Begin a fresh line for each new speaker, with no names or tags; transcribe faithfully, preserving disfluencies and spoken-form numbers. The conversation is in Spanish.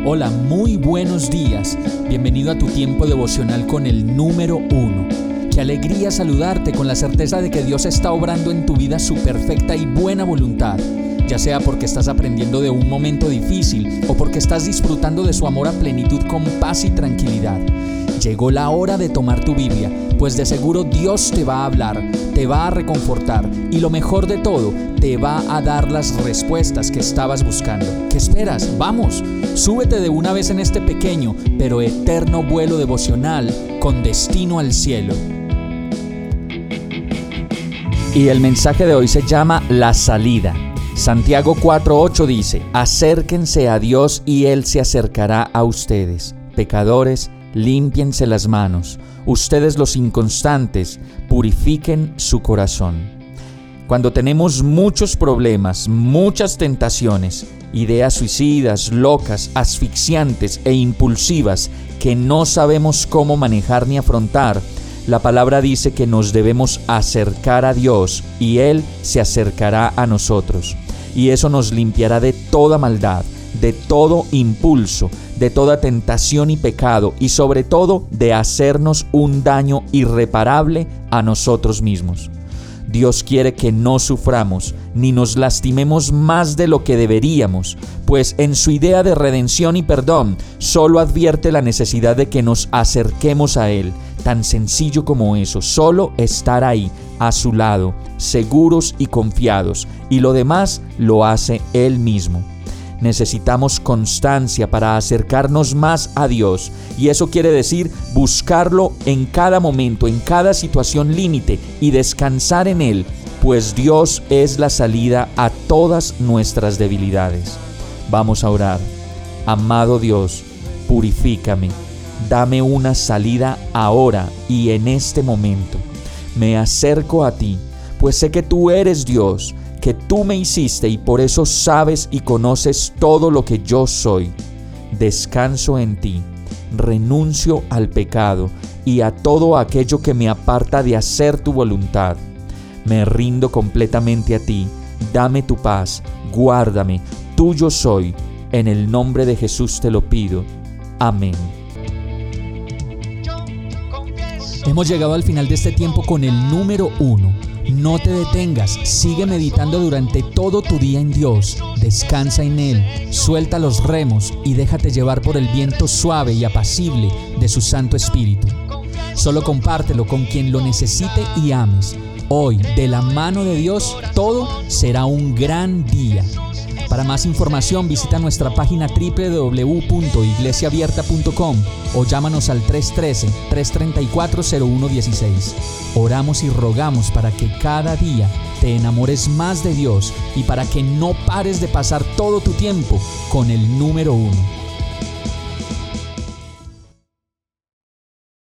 Hola, muy buenos días. Bienvenido a tu tiempo devocional con el número uno. Qué alegría saludarte con la certeza de que Dios está obrando en tu vida su perfecta y buena voluntad, ya sea porque estás aprendiendo de un momento difícil o porque estás disfrutando de su amor a plenitud con paz y tranquilidad. Llegó la hora de tomar tu Biblia, pues de seguro Dios te va a hablar, te va a reconfortar y lo mejor de todo, te va a dar las respuestas que estabas buscando. ¿Qué esperas? ¡Vamos! Súbete de una vez en este pequeño pero eterno vuelo devocional con destino al cielo. Y el mensaje de hoy se llama La Salida. Santiago cuatro ocho dice: acérquense a Dios y Él se acercará a ustedes. Pecadores, límpiense las manos. Ustedes los inconstantes, purifiquen su corazón. Cuando tenemos muchos problemas, muchas tentaciones, ideas suicidas, locas, asfixiantes e impulsivas que no sabemos cómo manejar ni afrontar, la palabra dice que nos debemos acercar a Dios y Él se acercará a nosotros. Y eso nos limpiará de toda maldad, de todo impulso, de toda tentación y pecado y sobre todo de hacernos un daño irreparable a nosotros mismos. Dios quiere que no suframos ni nos lastimemos más de lo que deberíamos, pues en su idea de redención y perdón solo advierte la necesidad de que nos acerquemos a Él. Tan sencillo como eso, solo estar ahí, a su lado, seguros y confiados, y lo demás lo hace Él mismo. Necesitamos constancia para acercarnos más a Dios, y eso quiere decir buscarlo en cada momento, en cada situación límite, y descansar en Él, pues Dios es la salida a todas nuestras debilidades. Vamos a orar. Amado Dios, purifícame. Dame una salida ahora y en este momento. Me acerco a ti, pues sé que tú eres Dios, que tú me hiciste y por eso sabes y conoces todo lo que yo soy. Descanso en ti, renuncio al pecado y a todo aquello que me aparta de hacer tu voluntad. Me rindo completamente a ti, dame tu paz, guárdame, tuyo soy. En el nombre de Jesús te lo pido. Amén. Hemos llegado al final de este tiempo con el número uno. No te detengas, sigue meditando durante todo tu día en Dios, descansa en Él, suelta los remos y déjate llevar por el viento suave y apacible de su Santo Espíritu. Solo compártelo con quien lo necesite y ames. Hoy, de la mano de Dios, todo será un gran día. Para más información visita nuestra página doble u doble u doble u punto iglesia abierta punto com o llámanos al tres uno tres, tres tres cuatro, cero uno uno seis. Oramos y rogamos para que cada día te enamores más de Dios y para que no pares de pasar todo tu tiempo con el número uno.